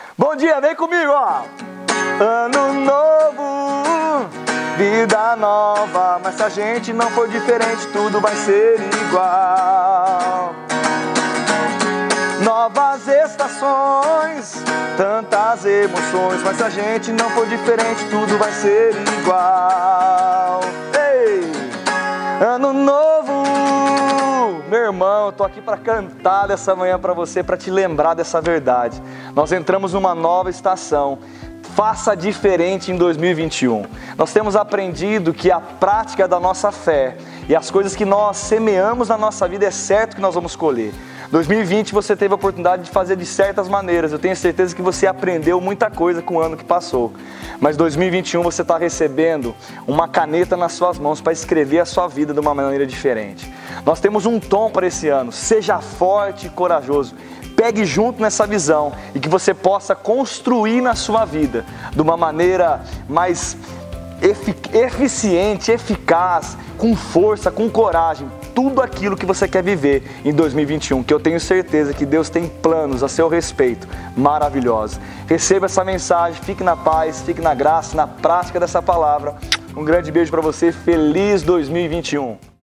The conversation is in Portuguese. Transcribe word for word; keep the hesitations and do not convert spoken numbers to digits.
Bom dia, vem comigo, ó. Ano novo, vida nova, mas se a gente não for diferente, tudo vai ser igual. Novas estações, tantas emoções, mas se a gente não for diferente, tudo vai ser igual. Ei! Ano novo! Meu irmão, eu tô aqui para cantar dessa manhã para você, para te lembrar dessa verdade. Nós entramos numa nova estação. Faça diferente em dois mil e vinte e um. Nós temos aprendido que a prática da nossa fé e as coisas que nós semeamos na nossa vida é certo que nós vamos colher. dois mil e vinte você teve a oportunidade de fazer de certas maneiras. Eu tenho certeza que você aprendeu muita coisa com o ano que passou. Mas dois mil e vinte e um você está recebendo uma caneta nas suas mãos para escrever a sua vida de uma maneira diferente. Nós temos um tom para esse ano. Seja forte e corajoso. Pegue junto nessa visão e que você possa construir na sua vida de uma maneira mais efic- eficiente, eficaz, com força, com coragem, tudo aquilo que você quer viver em dois mil e vinte e um, que eu tenho certeza que Deus tem planos a seu respeito maravilhosos. Receba essa mensagem, fique na paz, fique na graça, na prática dessa palavra. Um grande beijo para você, feliz dois mil e vinte e um.